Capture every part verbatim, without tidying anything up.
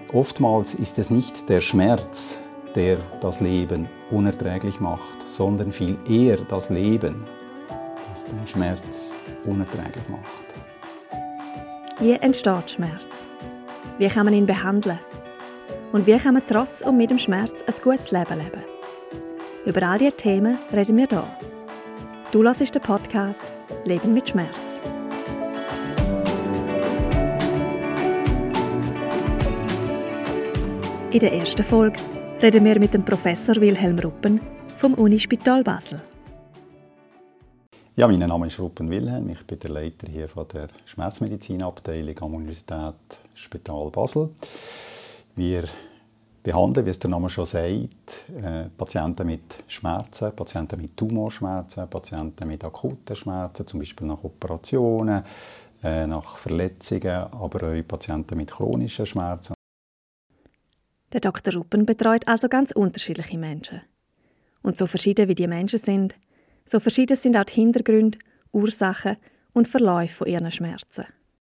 Oftmals ist es nicht der Schmerz, der das Leben unerträglich macht, sondern viel eher das Leben, das den Schmerz unerträglich macht. Wie entsteht Schmerz? Wie kann man ihn behandeln? Und wie kann man trotz und mit dem Schmerz ein gutes Leben leben? Über all diese Themen reden wir hier. Du hörst den Podcast «Leben mit Schmerz». In der ersten Folge reden wir mit dem Professor Wilhelm Ruppen vom Unispital Basel. Ja, mein Name ist Ruppen Wilhelm. Ich bin der Leiter hier von der Schmerzmedizinabteilung am Universität Spital Basel. Wir behandeln, wie es der Name schon sagt, Patienten mit Schmerzen, Patienten mit Tumorschmerzen, Patienten mit akuten Schmerzen, zum Beispiel nach Operationen, nach Verletzungen, aber auch Patienten mit chronischen Schmerzen. Der Doktor Ruppen betreut also ganz unterschiedliche Menschen. Und so verschieden wie die Menschen sind, so verschieden sind auch die Hintergründe, Ursachen und Verläufe von ihren Schmerzen.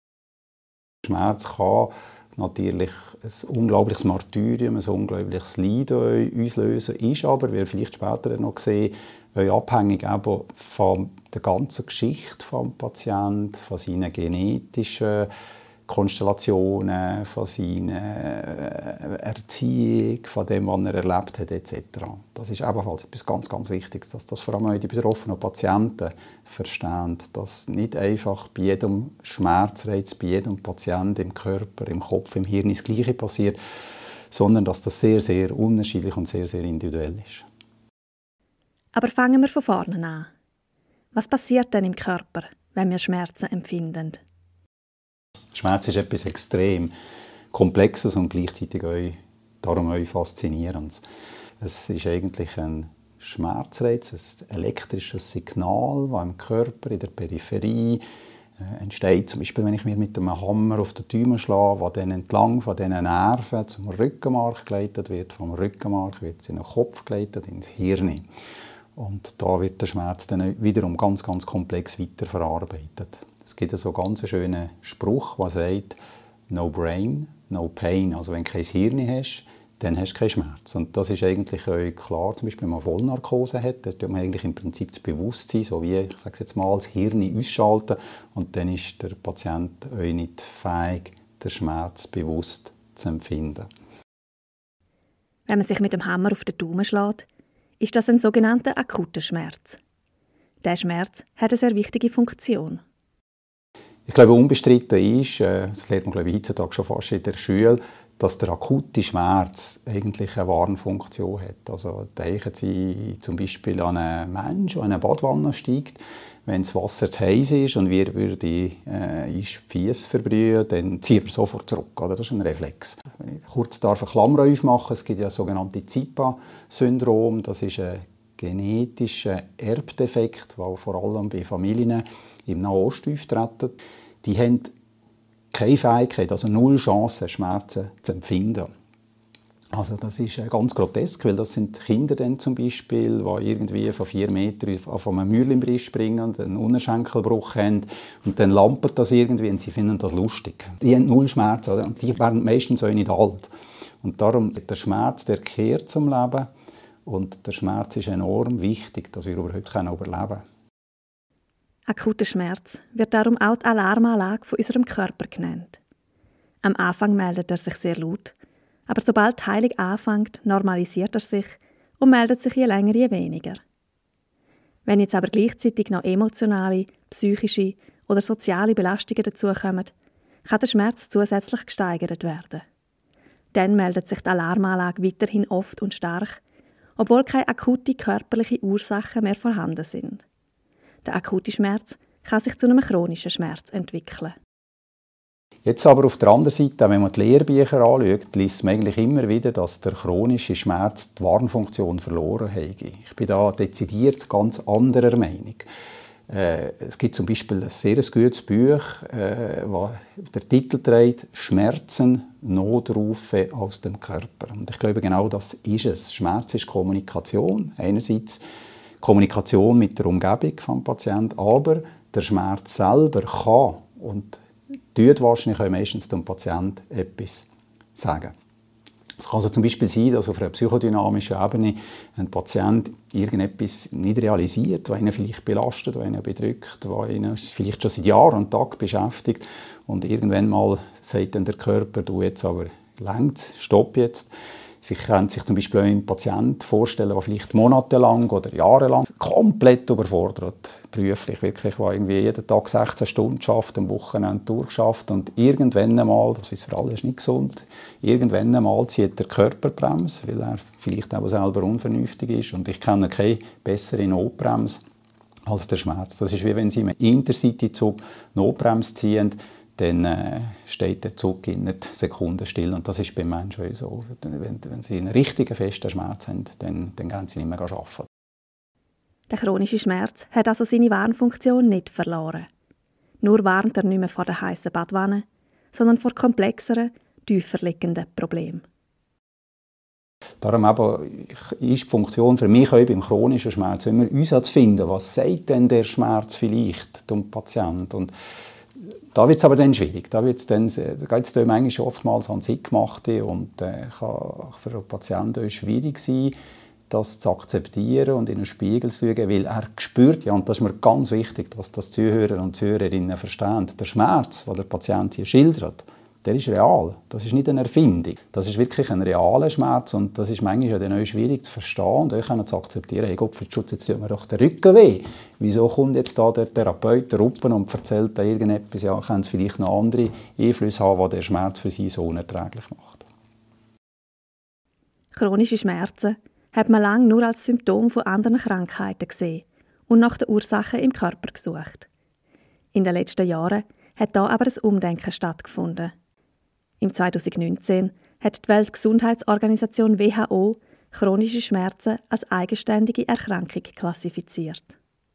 Schmerz kann natürlich ein unglaubliches Martyrium, ein unglaubliches Leiden in uns lösen, ist aber, wie wir vielleicht später noch sehen, abhängig eben von der ganzen Geschichte des Patienten, von seinen genetischen Konstellationen, von seiner Erziehung, von dem, was er erlebt hat, et cetera. Das ist ebenfalls etwas ganz, ganz Wichtiges, dass das vor allem auch die betroffenen Patienten verstehen, dass nicht einfach bei jedem Schmerzreiz, bei jedem Patienten im Körper, im Kopf, im Hirn das Gleiche passiert, sondern dass das sehr, sehr unterschiedlich und sehr, sehr individuell ist. Aber fangen wir von vorne an. Was passiert denn im Körper, wenn wir Schmerzen empfinden? Schmerz ist etwas extrem Komplexes und gleichzeitig auch, darum auch faszinierendes. Es ist eigentlich ein Schmerzreiz, ein elektrisches Signal, das im Körper, in der Peripherie äh, entsteht. Zum Beispiel, wenn ich mir mit einem Hammer auf den Daumen schlage, der dann entlang von diesen Nerven zum Rückenmark geleitet wird. Vom Rückenmark wird es in den Kopf geleitet, ins Hirn. Und da wird der Schmerz dann wiederum ganz, ganz komplex weiterverarbeitet. Es gibt so einen ganz schönen Spruch, der sagt, «No brain, no pain». Also wenn du kein Hirn hast, dann hast du keinen Schmerz. Und das ist eigentlich auch klar, zum Beispiel wenn man Vollnarkose hat, dann tut man eigentlich im Prinzip das Bewusstsein, so wie, ich sage jetzt mal, das Hirn ausschalten und dann ist der Patient auch nicht fähig, den Schmerz bewusst zu empfinden. Wenn man sich mit dem Hammer auf den Daumen schlägt, ist das ein sogenannter akuter Schmerz. Dieser Schmerz hat eine sehr wichtige Funktion. Ich glaube, unbestritten ist, das lernt man glaube ich, heutzutage schon fast in der Schule, dass der akute Schmerz eigentlich eine Warnfunktion hat. Also denken Sie zum Beispiel an einen Menschen, der in eine Badwanne steigt. Wenn das Wasser zu heiß ist und wir würden äh, in die Füße verbrühen, dann zieht er sofort zurück. Oder? Das ist ein Reflex. Wenn ich kurz darf eine Klammer aufmachen, es gibt ja das sogenannte Zipa-Syndrom. Das ist ein genetischer Erbdefekt, der vor allem bei Familien im Nahen Osten auftreten. Die haben keine Fähigkeit, also null Chance, Schmerzen zu empfinden. Also das ist ganz grotesk, weil das sind Kinder dann zum Beispiel, die irgendwie von vier Metern von einem Mühlenbrist springen und einen Unterschenkelbruch haben und dann lampert das irgendwie und sie finden das lustig. Die haben null Schmerz, oder? Und die werden meistens auch nicht alt. Und darum, der Schmerz, der kehrt zum Leben und der Schmerz ist enorm wichtig, dass wir überhaupt überleben können. Akuter Schmerz wird darum auch die Alarmanlage von unserem Körper genannt. Am Anfang meldet er sich sehr laut, aber sobald die Heilung anfängt, normalisiert er sich und meldet sich je länger, je weniger. Wenn jetzt aber gleichzeitig noch emotionale, psychische oder soziale Belastungen dazukommen, kann der Schmerz zusätzlich gesteigert werden. Dann meldet sich die Alarmanlage weiterhin oft und stark, obwohl keine akute körperliche Ursachen mehr vorhanden sind. Der akute Schmerz kann sich zu einem chronischen Schmerz entwickeln. Jetzt aber auf der anderen Seite, wenn man die Lehrbücher anschaut, liest man eigentlich immer wieder, dass der chronische Schmerz die Warnfunktion verloren hat. Ich bin da dezidiert ganz anderer Meinung. Äh, es gibt zum Beispiel ein sehr gutes Buch, äh, das der Titel trägt «Schmerzen, Notrufe aus dem Körper». Und ich glaube, genau das ist es. Schmerz ist Kommunikation. Einerseits Kommunikation mit der Umgebung des Patienten, aber der Schmerz selber kann und tut wahrscheinlich auch meistens dem Patienten etwas sagen. Es kann also zum Beispiel sein, dass auf einer psychodynamischen Ebene ein Patient irgendetwas nicht realisiert, was ihn vielleicht belastet, was ihn bedrückt, was ihn vielleicht schon seit Jahren und Tag beschäftigt. Und irgendwann mal sagt dann der Körper, du jetzt aber längst, stopp jetzt. Sie können sich zum Beispiel einen Patienten vorstellen, der vielleicht monatelang oder jahrelang komplett überfordert, beruflich wirklich, der irgendwie jeden Tag sechzehn Stunden schafft, am Wochenende durchschafft und irgendwann einmal, das ist für alle nicht gesund, irgendwann einmal zieht der Körper Bremse, weil er vielleicht auch selber unvernünftig ist und ich kenne keine bessere Notbremse als der Schmerz. Das ist wie wenn Sie im Intercity-Zug Notbremse ziehen, dann äh, steht der Zug in einer Sekunde still. Und das ist beim Menschen so. Wenn, wenn Sie einen richtigen, festen Schmerz haben, dann, dann gehen Sie nicht mehr arbeiten. Der chronische Schmerz hat also seine Warnfunktion nicht verloren. Nur warnt er nicht mehr vor der heißen Badwanne, sondern vor komplexeren, tiefer liegenden Problemen. Darum eben ist die Funktion für mich auch beim chronischen Schmerz, wenn wir uns zu finden, was sagt denn der Schmerz vielleicht dem Patienten? Und da wird es aber dann schwierig. Da, wird's dann, da geht es dann manchmal oftmals an sich gemachte und äh, kann für den Patienten schwierig sein, das zu akzeptieren und in den Spiegel zu schauen, weil er spürt, ja, und das ist mir ganz wichtig, dass das Zuhörer und Zuhörerinnen verstehen, der Schmerz, den der Patient hier schildert, der ist real. Das ist nicht eine Erfindung. Das ist wirklich ein realer Schmerz und das ist manchmal dann auch schwierig zu verstehen und auch zu akzeptieren, hey Gott, für den Schutz, jetzt tut mir doch der Rücken weh. Wieso kommt jetzt da der Therapeut, der Ruppen und erzählt da irgendetwas, ja, könnte vielleicht noch andere Einflüsse haben, die den Schmerz für sie so unerträglich macht. Chronische Schmerzen hat man lange nur als Symptom von anderen Krankheiten gesehen und nach den Ursachen im Körper gesucht. In den letzten Jahren hat da aber ein Umdenken stattgefunden. Im zweitausendneunzehn hat die Weltgesundheitsorganisation W H O chronische Schmerzen als eigenständige Erkrankung klassifiziert.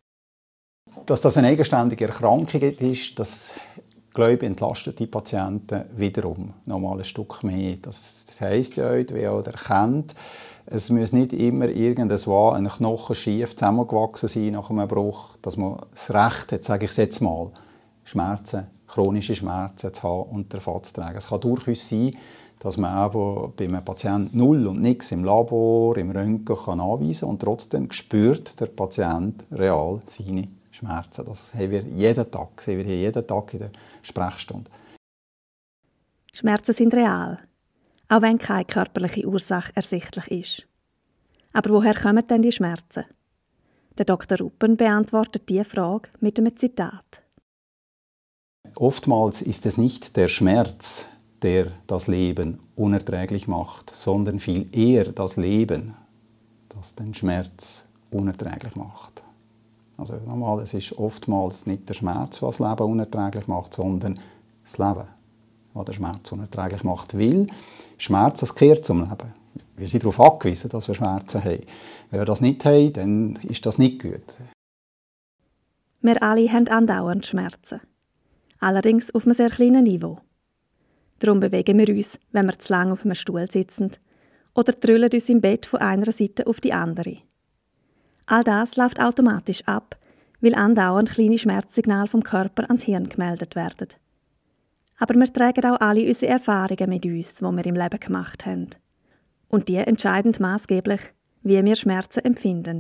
Dass das eine eigenständige Erkrankung ist, das, glaube ich, entlastet die Patienten wiederum noch mal ein Stück mehr. Das, das heisst ja, die W H O erkennt, es muss nicht immer irgendwas ein Knochen schief zusammengewachsen sein nach einem Bruch, dass man das Recht hat, sage ich jetzt mal, Schmerzen, chronische Schmerzen zu haben und davon zu tragen. Es kann durchaus sein, dass man aber bei einem Patienten null und nichts im Labor, im Röntgen kann anweisen kann und trotzdem spürt der Patient real seine Schmerzen. Das haben wir jeden Tag, sehen wir hier jeden Tag in der Sprechstunde. Schmerzen sind real, auch wenn keine körperliche Ursache ersichtlich ist. Aber woher kommen denn die Schmerzen? Der Doktor Ruppen beantwortet diese Frage mit einem Zitat. Oftmals ist es nicht der Schmerz, der das Leben unerträglich macht, sondern viel eher das Leben, das den Schmerz unerträglich macht. Also nochmal, es ist oftmals nicht der Schmerz, was das Leben unerträglich macht, sondern das Leben, was den Schmerz unerträglich macht. Weil Schmerz, das gehört zum Leben. Wir sind darauf angewiesen, dass wir Schmerzen haben. Wenn wir das nicht haben, dann ist das nicht gut. Wir alle haben andauernd Schmerzen. Allerdings auf einem sehr kleinen Niveau. Darum bewegen wir uns, wenn wir zu lange auf einem Stuhl sitzen, oder drüllen uns im Bett von einer Seite auf die andere. All das läuft automatisch ab, weil andauernd kleine Schmerzsignale vom Körper ans Hirn gemeldet werden. Aber wir tragen auch alle unsere Erfahrungen mit uns, die wir im Leben gemacht haben. Und die entscheiden maßgeblich, wie wir Schmerzen empfinden.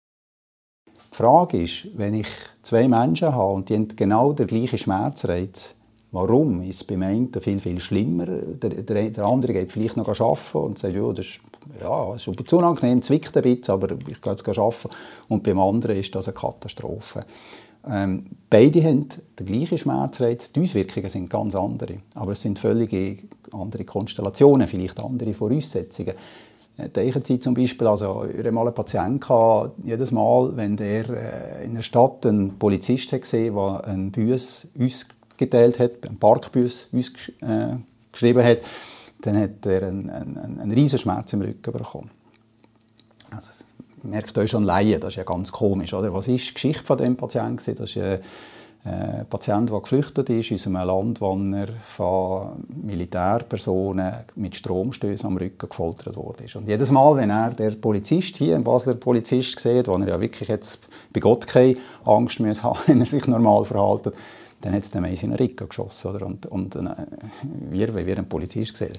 Die Frage ist, wenn ich zwei Menschen habe und die haben genau den gleichen Schmerzreiz, warum ist es beim einen viel, viel schlimmer? Der, der, der andere geht vielleicht noch arbeiten und sagt, ja, das ist, ja, das ist unangenehm, zwickt ein bisschen, aber ich gehe jetzt arbeiten. Und beim anderen ist das eine Katastrophe. Ähm, beide haben den gleichen Schmerzreiz, die Auswirkungen sind ganz andere. Aber es sind völlig andere Konstellationen, vielleicht andere Voraussetzungen. Denken Sie zum Beispiel, also ich hatte mal einen Patienten gehabt, jedes Mal, wenn der äh, in der Stadt einen Polizist hat gesehen, der einen Büss ausgeteilt hat, einen Parkbüss ausgeschrieben äh, hat, dann hat er einen, einen, einen riesen Schmerz im Rücken bekommen. Also, merkt euch schon Laien, das ist ja ganz komisch, oder? Was ist die Geschichte von dem Patienten? Das ist ein äh, Patient, der geflüchtet ist aus einem Land, wo er von Militärpersonen mit Stromstößen am Rücken gefoltert wurde. Und jedes Mal, wenn er der Polizist hier, ein Basler Polizist, sieht, wo er ja wirklich jetzt bei Gott keine Angst mehr haben, wenn er sich normal verhält, dann hat es dem in seinen Rücken geschossen. Oder? Und, und äh, wir, wenn wir einen Polizist sehen,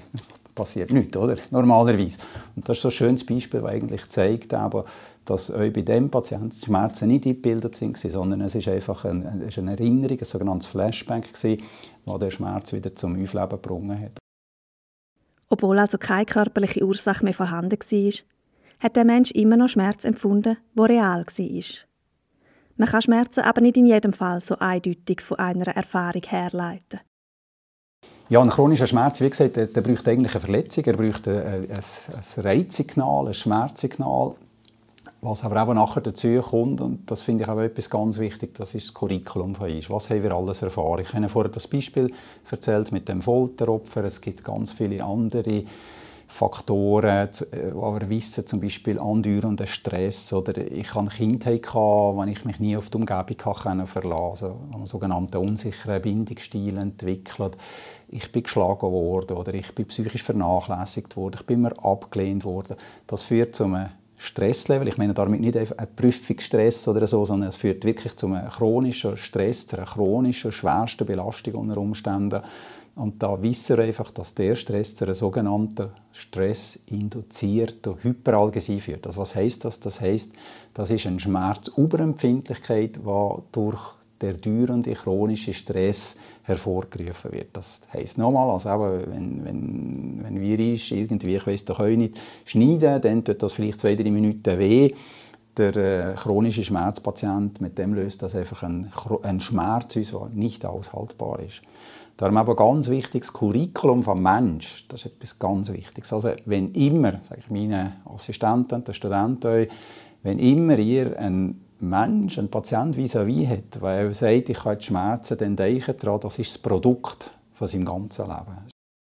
passiert nichts, oder? Normalerweise. Und das ist so ein schönes Beispiel, das eigentlich zeigt, aber, dass auch bei diesem Patienten die Schmerzen nicht eingebildet waren, sondern es war einfach eine, eine Erinnerung, ein sogenanntes Flashback, das den Schmerz wieder zum Aufleben gebracht hat. Obwohl also keine körperliche Ursache mehr vorhanden war, hat der Mensch immer noch Schmerz empfunden, der real war. Man kann Schmerzen aber nicht in jedem Fall so eindeutig von einer Erfahrung herleiten. Ja, ein chronischer Schmerz, wie gesagt, der, der braucht eigentlich eine Verletzung, er braucht ein, ein, ein Reizsignal, ein Schmerzsignal, was aber auch nachher dazu kommt, und das finde ich auch etwas ganz wichtig, das ist das Curriculum von uns. Was haben wir alles erfahren? Ich habe vorher das Beispiel erzählt mit dem Folteropfer, es gibt ganz viele andere Faktoren, wo wir wissen, zum Beispiel andauernder Stress, oder ich hatte Kindheit, wo ich mich nie auf die Umgebung verlassen konnte, also einen sogenannten unsicheren Bindungsstil entwickelt. Ich bin geschlagen worden oder ich bin psychisch vernachlässigt worden, ich bin immer abgelehnt worden. Das führt zu einem Stresslevel. Ich meine damit nicht einfach einen Prüfungsstress oder so, sondern es führt wirklich zu einem chronischen Stress, zu einer chronischen, schwersten Belastung unter Umständen. Und da wissen wir einfach, dass der Stress zu einer sogenannten stressinduzierten Hyperalgesie führt. Also was heisst das? Das heisst, das ist eine Schmerzüberempfindlichkeit, die durch der dauernde chronische Stress hervorgerufen wird. Das heisst nochmal, also eben, wenn, wenn, wenn wir uns irgendwie, ich weiss doch auch nicht, schneiden, dann tut das vielleicht zwei, drei Minuten weh. Der äh, chronische Schmerzpatient, mit dem löst das einfach einen, einen Schmerz aus, der nicht aushaltbar ist. Darum aber ganz wichtig, das Curriculum des Menschen, das ist etwas ganz Wichtiges. Also wenn immer, sage ich meinen Assistenten, den Studenten, wenn immer ihr einen Mensch, einen Patient vis-à-vis hat, der sagt, ich habe Schmerzen, dann denkt daran, das ist das Produkt von seinem ganzen Leben.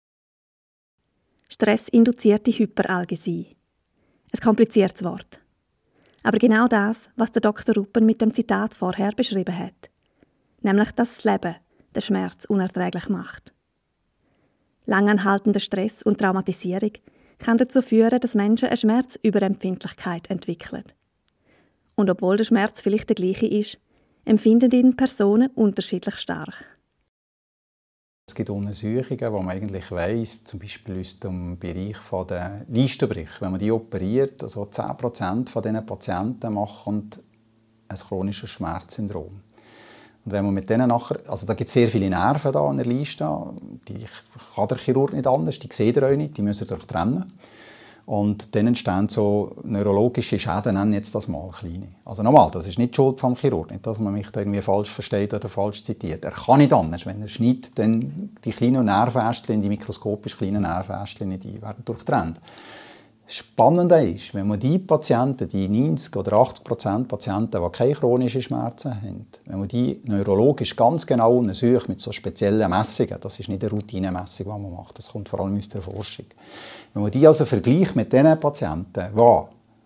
Stressinduzierte Hyperalgesie. Ein kompliziertes Wort. Aber genau das, was der Doktor Ruppen mit dem Zitat vorher beschrieben hat. Nämlich, dass das Leben den Schmerz unerträglich macht. Langanhaltender Stress und Traumatisierung kann dazu führen, dass Menschen eine Schmerzüberempfindlichkeit entwickeln. Und obwohl der Schmerz vielleicht der gleiche ist, empfinden ihn Personen unterschiedlich stark. Es gibt Untersuchungen, wo man eigentlich weiss, zum Beispiel aus dem Bereich der Leistenbrüche, wenn man die operiert, also zehn Prozent von diesen Patienten machen ein chronisches Schmerzsyndrom. Und wenn man mit denen nachher, also da gibt es sehr viele Nerven da an der Leiste, die kann der Chirurg nicht anders, die sieht er auch nicht, die müssen ihr trennen. Und dann entstehen so neurologische Schäden, nennen jetzt das mal kleine. Also nochmal, das ist nicht die Schuld vom Chirurg, nicht, dass man mich da irgendwie falsch versteht oder falsch zitiert. Er kann nicht anders, wenn er schneidet, dann die kleinen Nervenästchen, die mikroskopisch kleinen Nervenästchen, die werden durchtrennt. Das Spannende ist, wenn man die Patienten, die neunzig oder achtzig Prozent Patienten, die keine chronischen Schmerzen haben, wenn man die neurologisch ganz genau untersucht mit so speziellen Messungen, das ist nicht eine Routinemessung, die man macht, das kommt vor allem aus der Forschung. Wenn man die also vergleicht mit den Patienten, die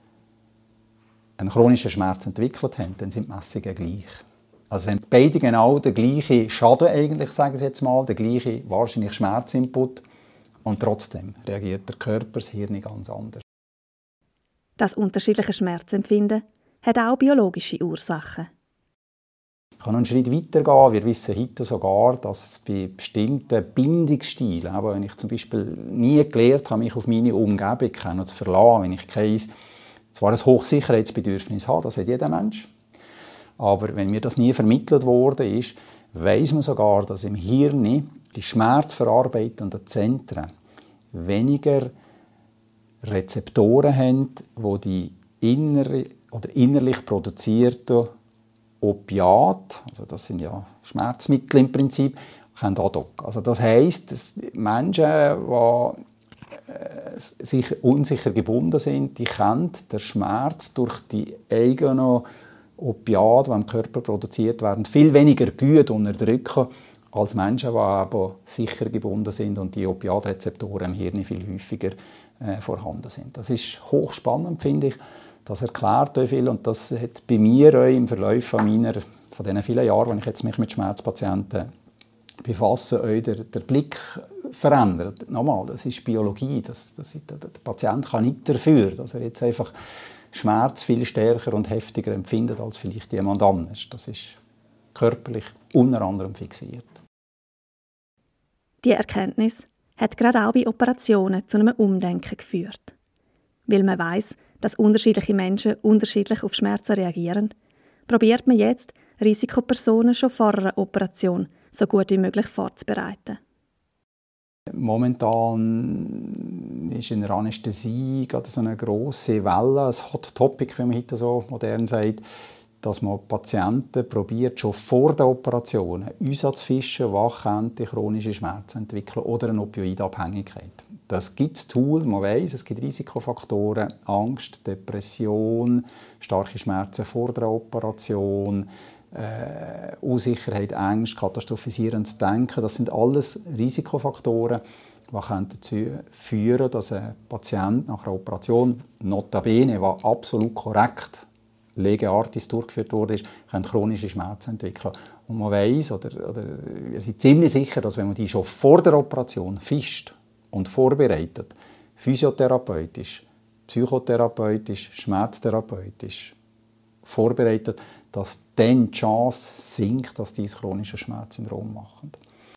einen chronischen Schmerz entwickelt haben, dann sind die Messungen gleich. Also haben beide genau den gleichen Schaden, eigentlich, sagen Sie jetzt mal, den gleichen wahrscheinlich Schmerzinput. Und trotzdem reagiert der Körper, das Hirn ganz anders. Das unterschiedliche Schmerzempfinden hat auch biologische Ursachen. Ich kann noch einen Schritt weiter gehen. Wir wissen heute sogar, dass es bei bestimmten Bindungsstilen, aber wenn ich zum Beispiel nie gelernt habe, mich auf meine Umgebung zu verlassen, wenn ich kein, zwar ein Hochsicherheitsbedürfnis habe, das hat jeder Mensch, aber wenn mir das nie vermittelt worden ist, weiss man sogar, dass im Hirn die schmerzverarbeitenden Zentren weniger Rezeptoren haben, die die innere oder innerlich produzierten Opiate, also das sind ja Schmerzmittel im Prinzip, können andocken. Also das heisst, dass Menschen, die äh, sich unsicher gebunden sind, die können den Schmerz durch die eigenen Opiate, die im Körper produziert werden, viel weniger gut unterdrücken als Menschen, die aber sicher gebunden sind und die Opiatrezeptoren im Hirn viel häufiger äh, vorhanden sind. Das ist hochspannend, finde ich. Das erklärt euch viel und das hat bei mir auch im Verlauf von meiner, von diesen vielen Jahren, wenn ich jetzt mich mit Schmerzpatienten befasse, euch der, der Blick verändert. Nochmal, das ist Biologie. Das, das, der, der Patient kann nicht dafür, dass er jetzt einfach Schmerz viel stärker und heftiger empfindet als vielleicht jemand anderes. Das ist körperlich unter anderem fixiert. Diese Erkenntnis hat gerade auch bei Operationen zu einem Umdenken geführt. Weil man weiss, dass unterschiedliche Menschen unterschiedlich auf Schmerzen reagieren, probiert man jetzt, Risikopersonen schon vor einer Operation so gut wie möglich vorzubereiten. Momentan ist in der Anästhesie gerade so eine grosse Welle, ein Hot Topic, wie man heute so modern sagt, dass man Patienten probiert, schon vor der Operation Einsatz zu fischen, was chronische Schmerzen entwickeln oder eine Opioidabhängigkeit. Das gibt es Tools, man weiss, es gibt Risikofaktoren, Angst, Depression, starke Schmerzen vor der Operation, äh, Unsicherheit, Angst, katastrophisierendes Denken. Das sind alles Risikofaktoren, die dazu führen, dass ein Patient nach einer Operation, notabene, was absolut korrekt Lege Artis durchgeführt wurde, können chronische Schmerzen entwickeln. Und man weiss, oder, oder wir sind ziemlich sicher, dass wenn man die schon vor der Operation fischt und vorbereitet, physiotherapeutisch, psychotherapeutisch, schmerztherapeutisch vorbereitet, dass dann die Chance sinkt, dass diese chronische Schmerzsyndrom machen.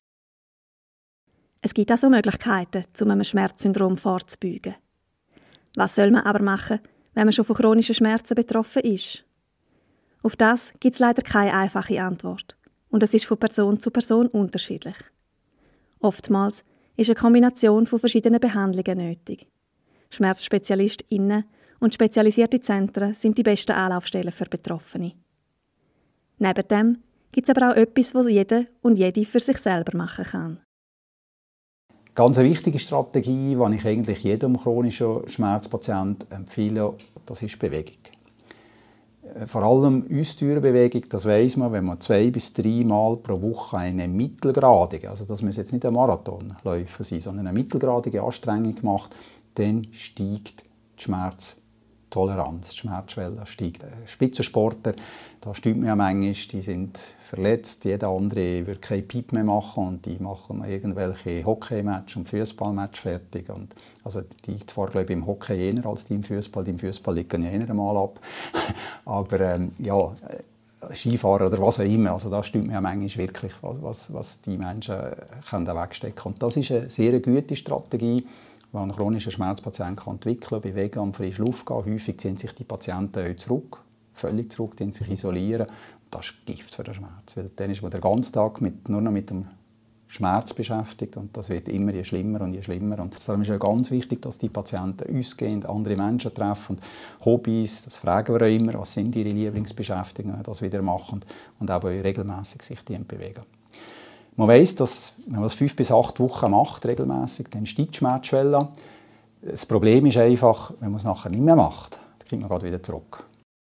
Es gibt also Möglichkeiten, um einem Schmerzsyndrom vorzubeugen. Was soll man aber machen, wenn man schon von chronischen Schmerzen betroffen ist? Auf das gibt es leider keine einfache Antwort. Und es ist von Person zu Person unterschiedlich. Oftmals ist eine Kombination von verschiedenen Behandlungen nötig. SchmerzspezialistInnen und spezialisierte Zentren sind die besten Anlaufstellen für Betroffene. Neben dem gibt es aber auch etwas, was jeder und jede für sich selber machen kann. Ganz eine wichtige Strategie, die ich eigentlich jedem chronischen Schmerzpatienten empfehle, das ist Bewegung. Vor allem Ausdauerbewegung, das weiss man, wenn man zwei bis drei Mal pro Woche eine mittelgradige, also das muss jetzt nicht ein Marathonläufer sein, sondern eine mittelgradige Anstrengung macht, dann steigt die Schmerztoleranz, die Schmerzschwelle steigt. Spitzensportler, da stimmt man ja manchmal, die sind verletzt, jeder andere würde keine Pipe mehr machen und die machen irgendwelche Hockey-Match und Fußball-Match fertig. Und also die zwar, glaube ich, im Hockey eher als die im Fußball, die im Fußball liegen ja eher mal ab. Aber ähm, ja, Skifahrer oder was auch immer, also da stimmt man ja manchmal wirklich, was, was die Menschen können da wegstecken können. Und das ist eine sehr gute Strategie, die ein chronischer Schmerzpatient kann entwickeln kann, bewegen und frisch Luft gehen. Häufig ziehen sich die Patienten auch zurück, völlig zurück, die sich isolieren. Das ist Gift für den Schmerz, weil dann ist man den ganzen Tag mit, nur noch mit dem Schmerz beschäftigt und das wird immer je schlimmer und je schlimmer. Und darum ist es ganz wichtig, dass die Patienten ausgehen, andere Menschen treffen, Hobbys, das fragen wir auch immer, was sind ihre Lieblingsbeschäftigungen, das wieder machen und auch regelmäßig sich die bewegen. Man weiss, dass wenn man das fünf bis acht Wochen macht, regelmäßig, dann steigt die Schmerzschwelle. Das Problem ist einfach, wenn man es nachher nicht mehr macht, dann kommt man gerade wieder zurück.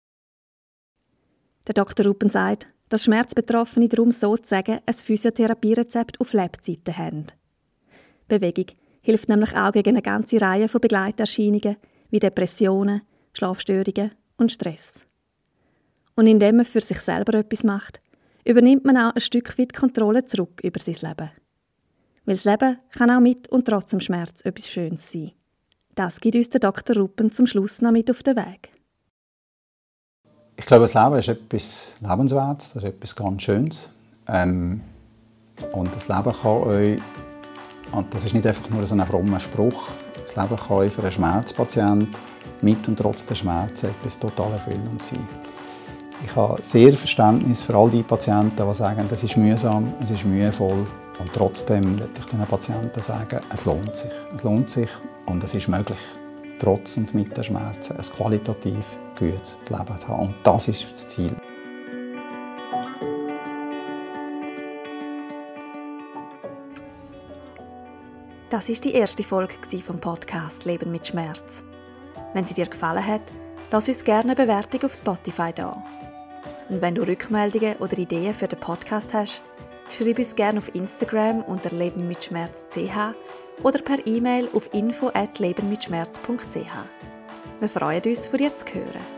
Der Doktor Ruppen sagt, dass Schmerzbetroffene darum sozusagen ein Physiotherapierezept auf Lebzeiten haben. Bewegung hilft nämlich auch gegen eine ganze Reihe von Begleiterscheinungen wie Depressionen, Schlafstörungen und Stress. Und indem man für sich selber etwas macht, übernimmt man auch ein Stück weit die Kontrolle zurück über sein Leben. Weil das Leben kann auch mit und trotz dem Schmerz etwas Schönes sein. Das gibt uns der Doktor Ruppen zum Schluss noch mit auf den Weg. Ich glaube, das Leben ist etwas Lebenswertes, das ist etwas ganz Schönes. Ähm, und das Leben kann euch, und das ist nicht einfach nur so ein frommer Spruch, das Leben kann euch für einen Schmerzpatient mit und trotz der Schmerzen etwas total erfüllend sein. Ich habe sehr Verständnis für all die Patienten, die sagen, das ist mühsam, es ist mühevoll. Und trotzdem möchte ich den Patienten sagen, es lohnt sich. Es lohnt sich und es ist möglich, trotz und mit den Schmerzen ein qualitativ gutes Leben zu haben. Und das ist das Ziel. Das war die erste Folge vom Podcast «Leben mit Schmerz». Wenn sie dir gefallen hat, lass uns gerne eine Bewertung auf Spotify da. Und wenn du Rückmeldungen oder Ideen für den Podcast hast, schreib uns gerne auf Instagram unter leben mit schmerz punkt c h oder per E-Mail auf info at leben mit schmerz punkt c h. Wir freuen uns, von dir zu hören.